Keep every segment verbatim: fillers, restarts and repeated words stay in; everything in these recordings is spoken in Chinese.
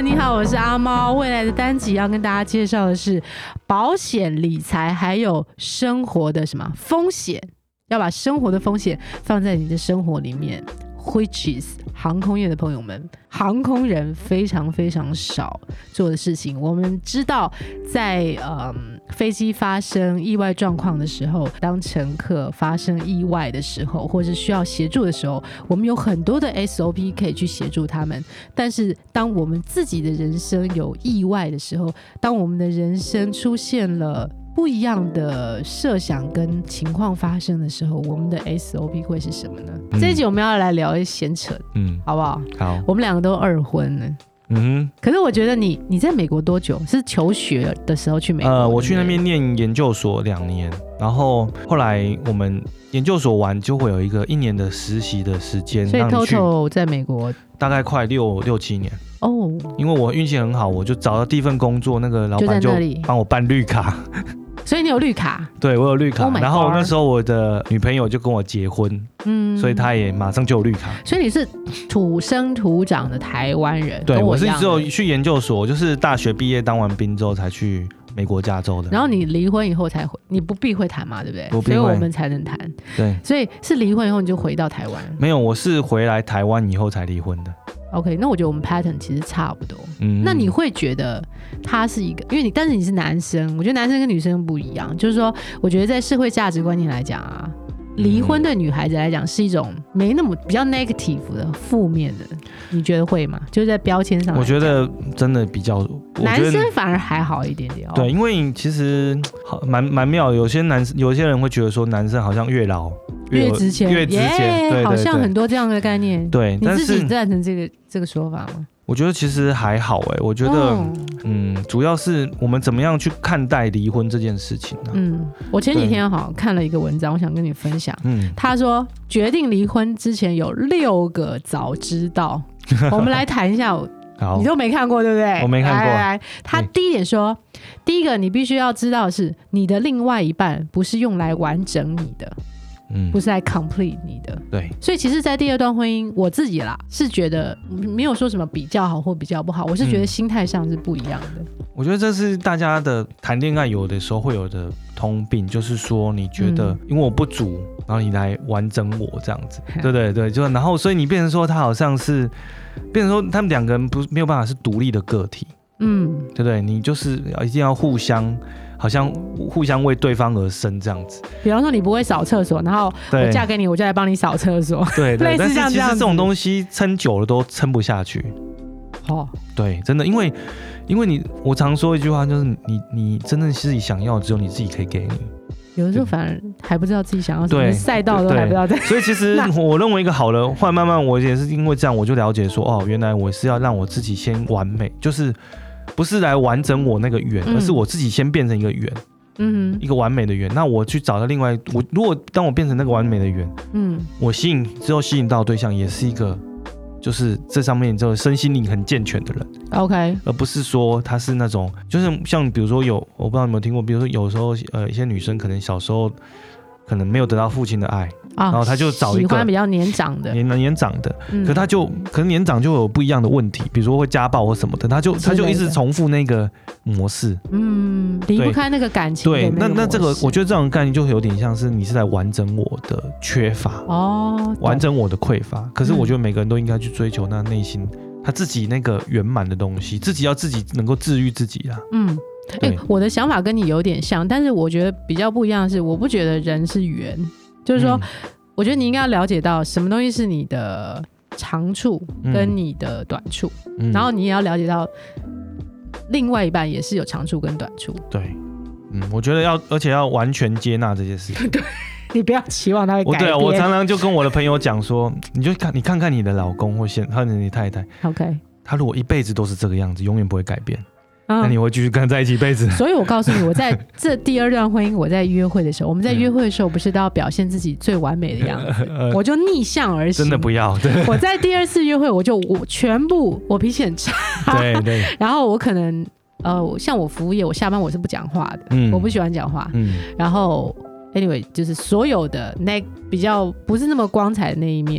们，你好，我是阿猫。未来的单集要跟大家介绍的是保险理财，还有生活的什么风险，要把生活的风险放在你的生活里面。Which is 航空业的朋友们，航空人非常非常少做的事情。我们知道在，在飞机发生意外状况的时候，当乘客发生意外的时候，或是需要协助的时候，我们有很多的 S O P 可以去协助他们。但是当我们自己的人生有意外的时候，当我们的人生出现了不一样的设想跟情况发生的时候，我们的 S O P 会是什么呢？嗯、这一集我们要来聊一闲扯，嗯，好不好？ 好， 我们两个都二婚了，嗯哼。可是我觉得你你在美国多久？是求学的时候去美国？ 呃，我去那边念研究所两年，然后后来我们研究所完就会有一个一年的实习的时间， 所以 total 在美国大概快六六七年。 哦、oh ， 因为我运气很好，我就找到第一份工作，那个老板就帮我办绿卡。 所以你有绿卡？ 对，我有绿卡。Oh、然后那时候我的女朋友就跟我结婚，嗯，所以她也马上就有绿卡。 所以你是土生土长的台湾人？ 对，我是只有去研究所，就是大学毕业当完兵之后才去美国加州的。 然后你离婚以后才回，你不避讳谈嘛，对不对？ 不避讳， 所以我们才能谈。 对， 所以是离婚以后你就回到台湾？ 没有，我是回来台湾以后才离婚的。 OK， 那我觉得我们 pattern 其实差不多。嗯，那你会觉得他是一个，因为你但是你是男生，我觉得男生跟女生不一样，就是说，我觉得在社会价值观念来讲啊，离婚对女孩子来讲是一种没那么比较 negative 的负面的，你觉得会吗？就是在标签上来讲， 我觉得真的比较， 男生反而还好一点点。哦、 对，因为其实蛮蛮妙，有些男有些人会觉得说男生好像越老。 越值钱， 越值钱， yeah, 对对对， 好像很多这样的概念。 对， 你自己赞成这个这个说法吗？ 我觉得其实还好哎、欸，我觉得、哦、嗯，主要是我们怎么样去看待离婚这件事情呢、啊？ 嗯，我前几天好像看了一个文章，我想跟你分享。嗯，他说决定离婚之前有六个早知道，我们来谈一下。你都没看过对不对？ 我没看过。 来来来，他第一点说，第一个你必须要知道的是，你的另外一半不是用来完整你的。嗯、不是来 complete 你的。 对， 所以其实在第二段婚姻我自己啦是觉得没有说什么比较好或比较不好，我是觉得心态上是不一样的、嗯、 我觉得这是大家的谈恋爱有的时候会有的通病，就是说你觉得因为我不足、嗯、然后你来完整我这样子，对对对，就然后所以你变成说他好像是变成说他们两个人不没有办法是独立的个体，嗯，对不对？你就是一定要互相好像互相为对方而生这样子。 比方说你不会扫厕所，然后我嫁给你，我就来帮你扫厕所。 对对， 类似像这样子。 但是其实这种东西撑久了都撑不下去。哦，对，真的，因为因为你，我常说一句话，就是你你真正自己想要，只有你自己可以给你。 有的时候反而还不知道自己想要什么，赛道都还不知道在。 所以其实我认为一个好的，后来慢慢我也是因为这样，我就了解说，哦，原来我是要让我自己先完美，就是不是来完整我那个圆、嗯，而是我自己先变成一个圆。嗯，一个完美的圆，那我去找到另外我，如果当我变成那个完美的圆，嗯，我吸引之后吸引到的对象也是一个，就是这上面就身心灵很健全的人 ，OK， 而不是说他是那种，就是像比如说有，我不知道你有没有听过，比如说有时候呃一些女生可能小时候可能没有得到父亲的爱。啊、然后他就找一个喜欢比较年长的， 年年长的，嗯、可他就可能年长就有不一样的问题，比如说会家暴或什么的，他就他就一直重复那个模式， 嗯，离不开那个感情的那个模式。 对，那那这个我觉得这种概念就有点像是你是在完整我的缺乏哦，完整我的匮乏。可是我觉得每个人都应该去追求那内心他自己那个圆满的东西，自己要自己能够治愈自己啦。嗯。 欸、我的想法跟你有点像，但是我觉得比较不一样的是，我不觉得人是圆，就是说、嗯、我觉得你应该要了解到什么东西是你的长处跟你的短处、嗯、然后你也要了解到另外一半也是有长处跟短处。 对，嗯，我觉得要而且要完全接纳这些事情。 对，你不要期望他会改变。 对啊，我常常就跟我的朋友讲说，你就看你看看你的老公或现或者你太太 ，OK， 他如果一辈子都是这个样子，永远不会改变。那你会继续跟他在一起一辈子？ 所以我告诉你，我在这第二段婚姻，我在约会的时候，我们在约会的时候，不是都要表现自己最完美的样子？呃、我就逆向而行， 真的不要。对， 我在第二次约会，我就我全部我脾气很差， 对对。 然后我可能呃，像我服务业，我下班我是不讲话的、嗯，我不喜欢讲话。嗯。然后 anyway， 就是所有的那比较不是那么光彩的那一面。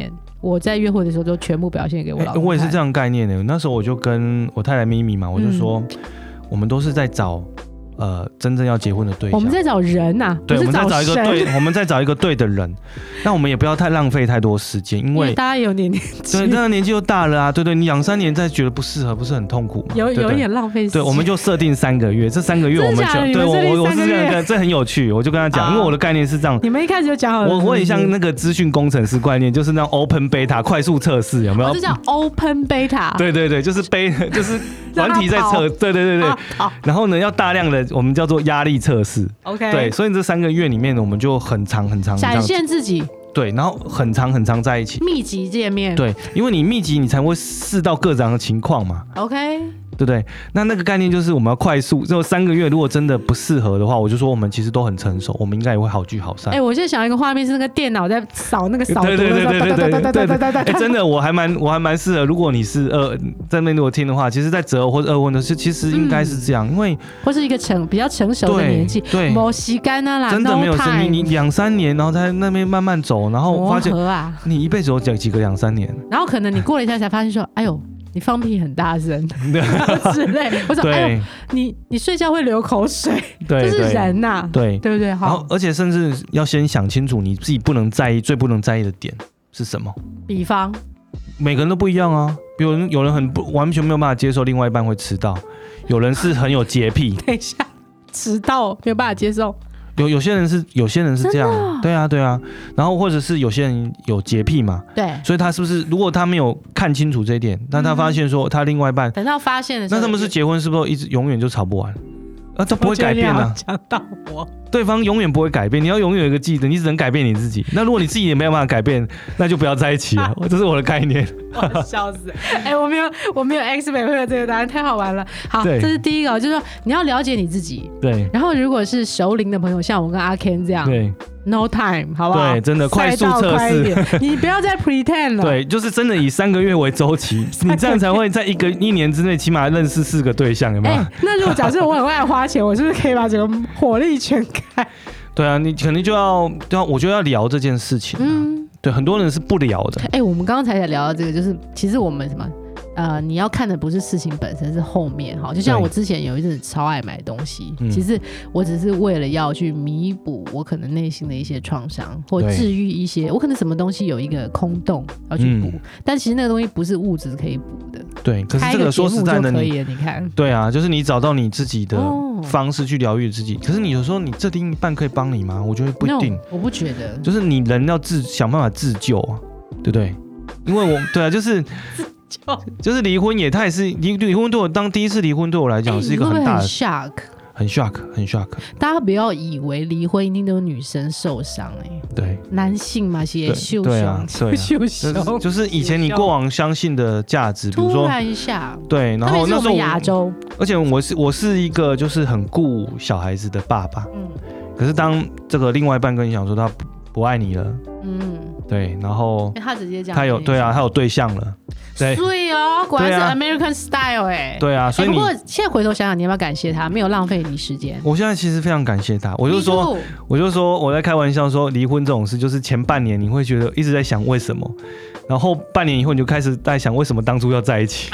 我在约会的时候都全部表现给我老公看。 我也是这样概念的。那时候我就跟我太太咪咪嘛，我就说、嗯、我们都是在找呃真正要结婚的对象。 我们在找人呐、啊， 对， 不是找我们在找一个对，我们在找一个对的人。那我们也不要太浪费太多时间，因为, 因为大家有点年纪， 对，大家年纪又大了啊，对对，你两三年再觉得不适合，不是很痛苦吗？ 有对对有一点浪费时间。 对，我们就设定三个月，这三个月我们就对我我我是这样，这很有趣，我就跟他讲，因为我的概念是这样。 你们一开始就讲好了。 我我很像那个资讯工程师概念，就是那种 open beta 快速测试，有没有？ 哦、这叫 open beta。 对对对，就是背就是软体在测，对对对对。然后呢，要大量的我们叫做压力测试。 OK。 对，所以这三个月里面呢，我们就很长很长， 展现自己。 对，然后很长很长在一起， 密集见面。 对，因为你密集，你才会试到各种的情况嘛。 OK。 对不对？那那个概念就是我们要快速，就三个月，如果真的不适合的话，我就说我们其实都很成熟，我们应该也会好聚好散。 哎、欸，我现在想一个画面是那个电脑在扫那个扫对对对对对对对对对对，真的我还蛮我还蛮适合。如果你是二在那边如果听的话，其实，在择偶或者二婚的是，其实应该是这样，嗯、因为或是一个成比较成熟的年纪， 对， 没时间啊啦， 真的没有生命，你两三年，然后在那边慢慢走，然后发现啊， 你一辈子有讲几个两三年， 然后可能你过了一下才发现说，哎呦。你放屁很大声之类，我说哎呦，你你睡觉会流口水， 对， 这是人呐、啊， 对对不对？ 然后而且甚至要先想清楚你自己不能在意、最不能在意的点是什么。 比方， 每个人都不一样啊，比如有人很不完全没有办法接受另外一半会迟到，有人是很有洁癖。 等一下，迟到没有办法接受。 有有些人是有些人是这样，对啊对啊，然后或者是有些人有洁癖嘛， 对， 所以他是不是如果他没有看清楚这一点，那他发现说他另外一半、 嗯、等到发现的时候， 那他们是结婚是不是一直永远就吵不完？啊，这不会改变啊！ 讲到我， 对方永远不会改变，你要永远有一个记得，你只能改变你自己。那如果你自己也没有办法改变，那就不要在一起了。这是我的概念。 我笑死！哎、欸，我没有，我没有 X 美会的这个答案，太好玩了。好，这是第一个，就是说你要了解你自己。 对。 然后，如果是熟龄的朋友，像我跟阿 Ken 这样， 对 ，No time， 好不好？ 对，真的快速测试。 你不要再 pretend 了。 对，就是真的以三个月为周期，你这样才会在一个一年之内起码认识四个对象，有没有？ 欸、那如果假设我很爱花钱，我是不是可以把整个火力全开？ 对啊，你肯定就要，要我就要聊这件事情、啊。嗯，对，很多人是不聊的。 哎、欸，我们刚刚才聊到这个，就是其实我们什么？呃，你要看的不是事情本身，是后面哈。就像我之前有一阵子超爱买东西，其实我只是为了要去弥补我可能内心的一些创伤，或治愈一些我可能什么东西有一个空洞要去补、嗯，但其实那个东西不是物质可以补的。 对，可是这个说实在的， 可以了，你看， 对啊，就是你找到你自己的方式去疗愈自己、哦。可是你有时候你这另一半可以帮你吗？我觉得不一定。No, 我不觉得， 就是你人要自想办法自救啊，对不对？因为我对啊，就是。就是离婚也，他也是离离婚对我当第一次离婚对我来讲是一個很大的、 欸、很 shock， 很 shock， 很 shock。 大家不要以为离婚一定都是女生受伤哎、欸， 对， 男性嘛也受伤， 对啊，对啊， 受伤就是以前你过往相信的价值，比如说突然一下， 对，然后那时候亚洲， 而且我是我是一个就是很顾小孩子的爸爸，嗯，可是当这个另外一半跟你讲说他不不爱你了，嗯。对，然后他直接讲， 他有对啊，他有对象了，对， 所以哦，果然是 American style 哎、欸， 对啊，所以你、欸、 不过现在回头想想，你要不要感谢他，没有浪费你时间？ 我现在其实非常感谢他，我就说，我就说我在开玩笑说，离婚这种事，就是前半年你会觉得一直在想为什么，然后半年以后你就开始在想为什么当初要在一起，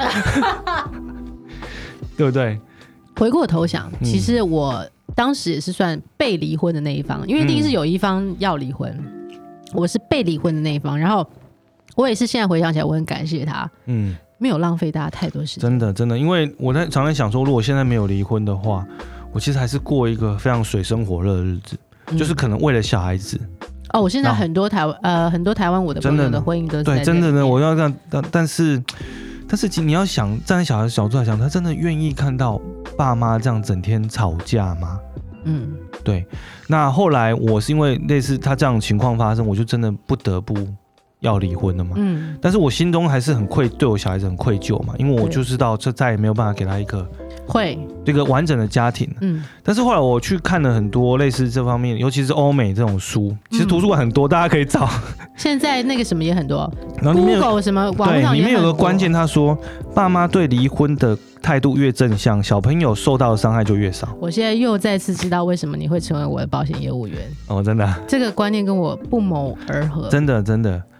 对不对？ 回过头想，其实我当时也是算被离婚的那一方，因为一定是有一方要离婚。嗯，我是被离婚的那一方，然后我也是现在回想起来，我很感谢他，嗯，没有浪费大家太多时间。 真的，真的，因为我在常常想说，如果现在没有离婚的话，我其实还是过一个非常水深火热的日子，嗯、就是可能为了小孩子。 哦，我现在很多台湾呃很多台湾我的朋友的婚姻都是在对，真的呢，我要这样，但但是但是你要想站在小孩的角度来讲，他真的愿意看到爸妈这样整天吵架吗？嗯。对，那后来我是因为类似他这样的情况发生，我就真的不得不要离婚了嘛。嗯，但是我心中还是很愧，对我小孩子很愧疚嘛，因为我就知道这再也没有办法给他一个会这个完整的家庭。嗯，但是后来我去看了很多类似这方面，尤其是欧美这种书，其实图书馆很多，嗯、大家可以找。现在那个什么也很多，然后里面有什么网上也很多，对，里面有个关键，他说爸妈对离婚的态度越正向，小朋友受到的伤害就越少。我现在又再次知道为什么你会成为我的保险业务员哦，真的，这个观念跟我不谋而合。真的，真的。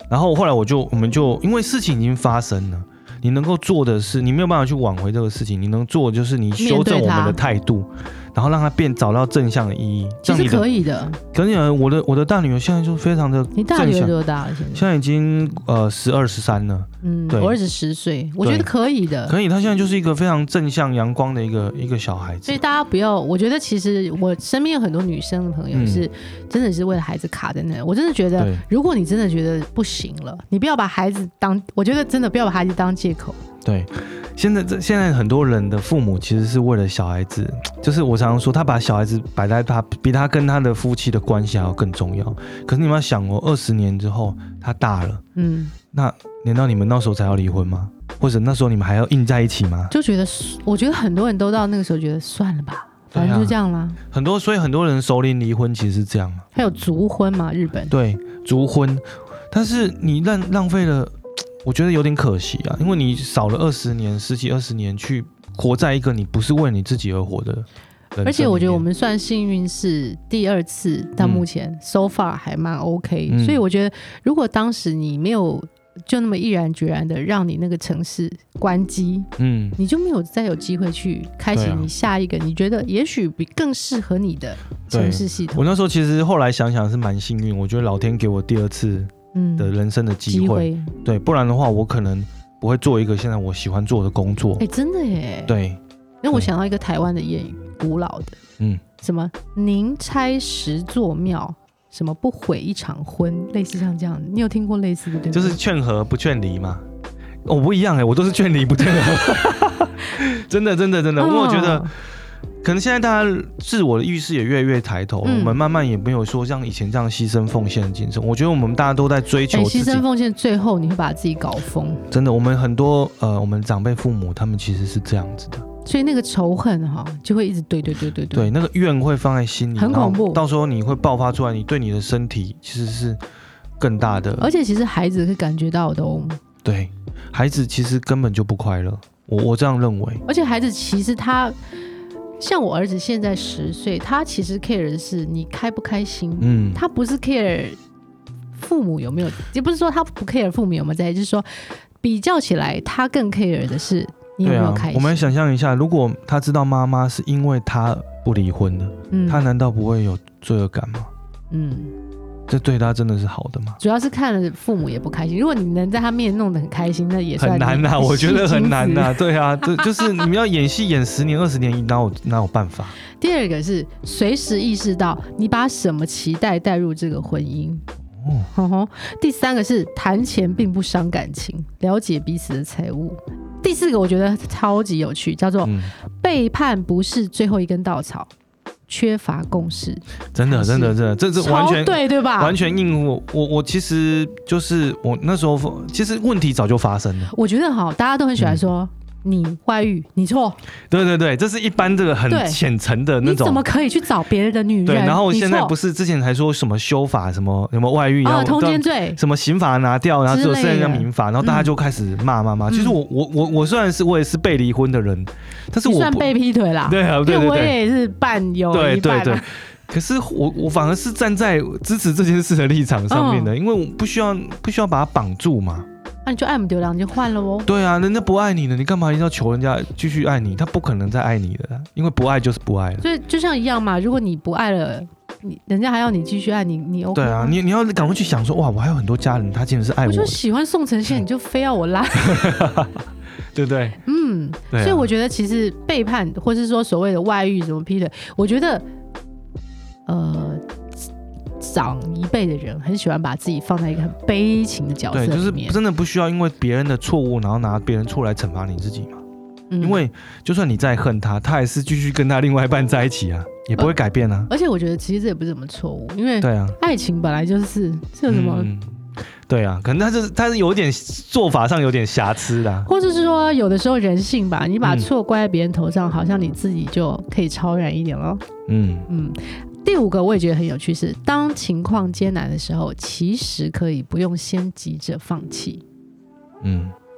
然后后来我就我们就因为事情已经发生了，你能够做的是，你没有办法去挽回这个事情，你能做的就是你修正我们的态度，然后让它变找到正向的意义。 其实可以的。可是我的我的大女儿现在就非常的正向。 你大女儿多大了？现在现在已经呃十二十三了。 嗯，我儿子十岁，我觉得可以的。 可以，她现在就是一个非常正向阳光的一个一个小孩子。 所以大家不要，我觉得其实我身边有很多女生的朋友是、嗯、真的是为了孩子卡在那。我真的觉得，如果你真的觉得不行了，你不要把孩子当，我觉得真的不要把孩子当借口。 对，现在这现在很多人的父母其实是为了小孩子，就是我常常说，他把小孩子摆在他比他跟他的夫妻的关系还要更重要。可是你们要想哦，二十年之后他大了，嗯，那难道你们那时候才要离婚吗？或者那时候你们还要硬在一起吗？ 就觉得，我觉得很多人都到那个时候觉得算了吧，反正就这样啦。啊、 很多，所以很多人熟龄离婚其实是这样。 还有族婚嘛，日本对族婚，但是你浪浪费了。我觉得有点可惜啊，因为你少了二十年、十几二十年去活在一个你不是为你自己而活的人生。 而且我觉得我们算幸运是第二次到目前、嗯、so far 还蛮 OK、嗯、所以我觉得如果当时你没有就那么毅然决然的让你那个城市关机，嗯，你就没有再有机会去开启你下一个、啊、你觉得也许比更适合你的城市系统。 我那时候其实后来想想是蛮幸运，我觉得老天给我第二次的人生的机 会, 机会对，不然的话我可能不会做一个现在我喜欢做的工作。 哎、欸，真的耶。 对， 因为我想到一个台湾的谚语，古老的，嗯，什么宁拆十座庙，什么不毁一场婚，类似像这样，你有听过类似的？对不对？ 就是劝和不劝离嘛。我、哦、不一样哎，我都是劝离不劝和。真的真的真的，因为我觉得。可能现在大家自我的意识也越来越抬头、嗯、我们慢慢也没有说像以前这样牺牲奉献的精神。我觉得我们大家都在追求自己。 牺牲奉献最后你会把自己搞疯。 真的，我们很多呃，我们长辈父母他们其实是这样子的， 所以那个仇恨哈就会一直对对对对对，那个怨会放在心里， 很恐怖。 到时候你会爆发出来，你对你的身体其实是更大的。 而且其实孩子会感觉到的哦。 对，孩子其实根本就不快乐，我我这样认为。 而且孩子其实他。像我儿子现在十岁，他其实 care 的是你开不开心，嗯，他不是 care 父母有没有，也不是说他不 care 父母有没有在一起，就是说比较起来，他更 care 的是你有没有开心。 啊、我们想象一下，如果他知道妈妈是因为他不离婚的，嗯，他难道不会有罪恶感吗？嗯。这对他真的是好的吗？ 主要是看了父母也不开心。如果你能在他面前弄得很开心，那也算很难呐、啊。我觉得很难呐、啊。对啊，就就是你们要演戏演十年二十年，哪有哪有办法？ 第二个是随时意识到你把什么期待带入这个婚姻。哦，呵呵。第三个是谈钱并不伤感情，了解彼此的财务。第四个我觉得超级有趣，叫做、嗯、背叛不是最后一根稻草。缺乏共识， 真的真的真的，这这完全对对吧？ 完全应我我我其实就是我那时候，其实问题早就发生了。 我觉得好，大家都很喜欢说、嗯、你外遇，你错。 对对对，这是一般这个很浅层的那种。 你怎么可以去找别人的女人？ 对，然后现在不是之前还说什么修法什么什么外遇，然后、 哦、通奸罪， 什么刑法拿掉，然后只有剩下民法，然后大家就开始骂骂骂。其实我我我我虽然是我也是被离婚的人。但是我你算被劈腿啦， 对啊，对对对， 因为我也是半有一半、啊，对对对。 可是我我反而是站在支持这件事的立场上面的，嗯、因为我不需要不需要把它绑住嘛。 那、啊、你就爱不丢两你就换了哦。 对啊，人家不爱你了，你干嘛一定要求人家继续爱你？他不可能再爱你了，因为不爱就是不爱了。 所以就像一样嘛，如果你不爱了，你人家还要你继续爱你，你 OK 吗？ 对啊，你你要赶快去想说，哇，我还有很多家人，他竟然是爱我的。 我就喜欢宋承宪，你就非要我拉。 对不对？ 嗯，啊、所以我觉得其实背叛，或是说所谓的外遇什么劈腿，我觉得，呃，长一辈的人很喜欢把自己放在一个很悲情的角色里面， 对，就是真的不需要因为别人的错误，然后拿别人错来惩罚你自己嘛。嗯、因为就算你再恨他，他还是继续跟他另外一半在一起啊，也不会改变啊。 而且我觉得其实这也不是什么错误，因为对啊， 爱情本来就是是有什么。 嗯对啊，可能他是他是有点做法上有点瑕疵的、啊， 或者是说有的时候人性吧，你把错怪在别人头上、嗯，好像你自己就可以超然一点了。嗯嗯。第五个我也觉得很有趣是，当情况艰难的时候，其实可以不用先急着放弃。 嗯，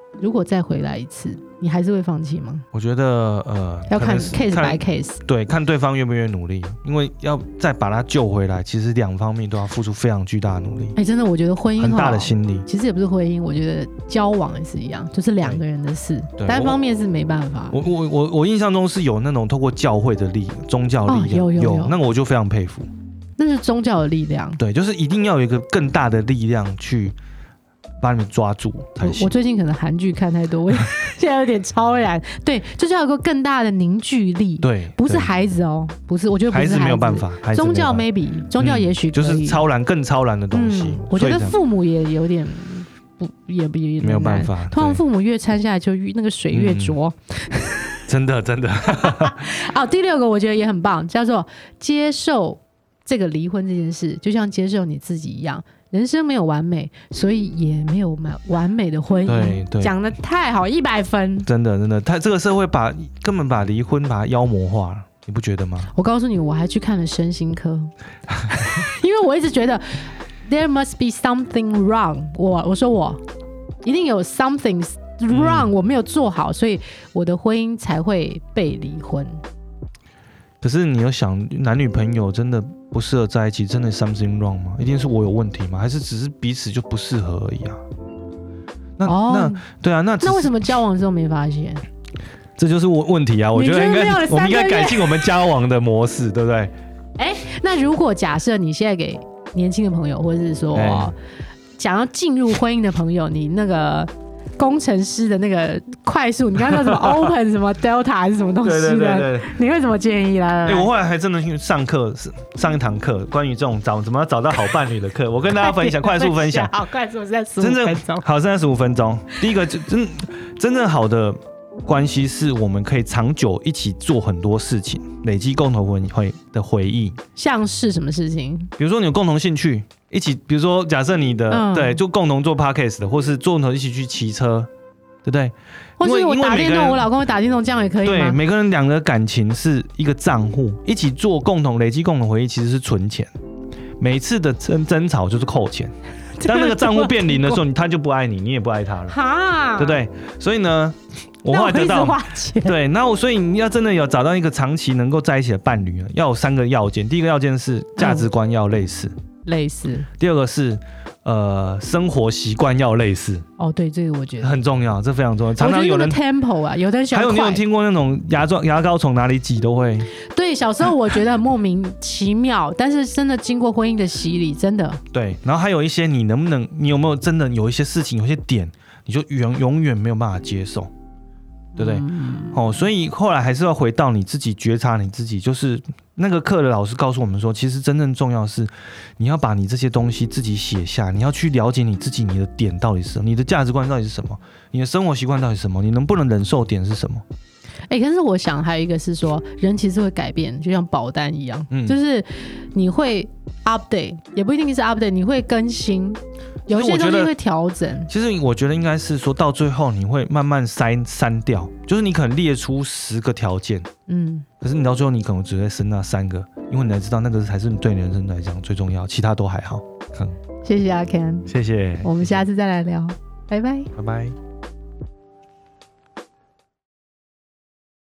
如果再回来一次，你还是会放弃吗？ 我觉得呃， 要看 case by case， 对，看对方愿不愿意努力，因为要再把他救回来，其实两方面都要付出非常巨大的努力。 哎、欸，真的，我觉得婚姻很大的心力， 其实也不是婚姻，我觉得交往也是一样，就是两个人的事，单方面是没办法。 我我我我印象中是有那种透过教会的力，宗教力量、 哦、有有有， 那我就非常佩服。 那是宗教的力量， 对，就是一定要有一个更大的力量去把你们抓住才行。 我, 我最近可能韩剧看太多，我现在有点超然。对，就是要有个更大的凝聚力。 对， 不是孩子哦，不是，我觉得不是孩子， 孩子没有办法。 宗教 maybe， 宗教也许可以、 嗯、就是超然、更超然的东西。嗯、 我觉得父母也有点不，也不也没有办法。 通常父母越掺下来，就那个水越浊。 嗯、真的真的。 哦，第六个我觉得也很棒，叫做接受这个离婚这件事，就像接受你自己一样。人生没有完美，所以也没有完美的婚姻。讲得太好，一百分。真的，真的，他这个社会把根本把离婚把它妖魔化了，你不觉得吗？我告诉你，我还去看了身心科，因为我一直觉得 there must be something wrong 我。我我说我一定有 something wrong，、嗯、我没有做好，所以我的婚姻才会被离婚。 可是你有想，男女朋友真的不适合在一起，真的 something wrong 吗？一定是我有问题吗？还是只是彼此就不适合而已啊？那、哦、那对啊，那那为什么交往的时候没发现？ 这就是问题啊！我觉得应该我们应该改进我们交往的模式，对不对？ 哎，那如果假设你现在给年轻的朋友，或者是说想要进入婚姻的朋友，你那个工程师的那个快速，你刚刚说什么 open 什么 delta 还是什么东西的？对对对对，你会怎么建议啦？ 哎、欸，我后来还真的去上课，上一堂课，关于这种找怎么找到好伴侣的课，我跟大家分享，快速分享。 好，快速，在十五分钟。 好，剩下十五分钟。第一个，真真正好的关系是我们可以长久一起做很多事情，累积共同回的回忆。像是什么事情？比如说你有共同兴趣。一起，比如说，假设你的、嗯、对，就共同做 podcast 的，或是共同一起去骑车，对不对？ 或是我打电动，我老公会打电动，这样也可以吗？ 对，每个人两个感情是一个账户，一起做共同累积共同回忆，其实是存钱。每次的争争吵就是扣钱，当那个账户变零的时候，他就不爱你，你也不爱他了，哈，对不对？所以呢，我后来得到对，那我所以你要真的有找到一个长期能够在一起的伴侣，要有三个要件。第一个要件是价值观要类似。嗯类似，第二个是呃生活习惯要类似。哦，对，这个我觉得很重要，这非常重要。常常有人 tempo 啊，有的人喜欢快。还有你有听过那种牙刷牙膏从哪里挤都会？对，小时候我觉得很莫名其妙，但是真的经过婚姻的洗礼，真的。对，然后还有一些你能不能，你有没有真的有一些事情，有些点，你就永永远没有办法接受。对不对、嗯哦？所以后来还是要回到你自己觉察你自己，就是那个课的老师告诉我们说，其实真正重要的是你要把你这些东西自己写下，你要去了解你自己，你的点到底是什么，你的价值观到底是什么，你的生活习惯到底是什么，你能不能忍受点是什么？哎、欸，可是我想还有一个是说，人其实会改变，就像保单一样，嗯、就是你会 update， 也不一定是 update， 你会更新。有些东西会调整。其实我觉得应该是说到最后，你会慢慢删删掉，就是你可能列出十个条件，嗯，可是你到最后你可能只会剩那三个，因为你才知道那个才是对你人生来讲最重要，其他都还好。嗯，谢谢阿 Ken， 谢谢，我们下次再来聊，拜拜，拜拜。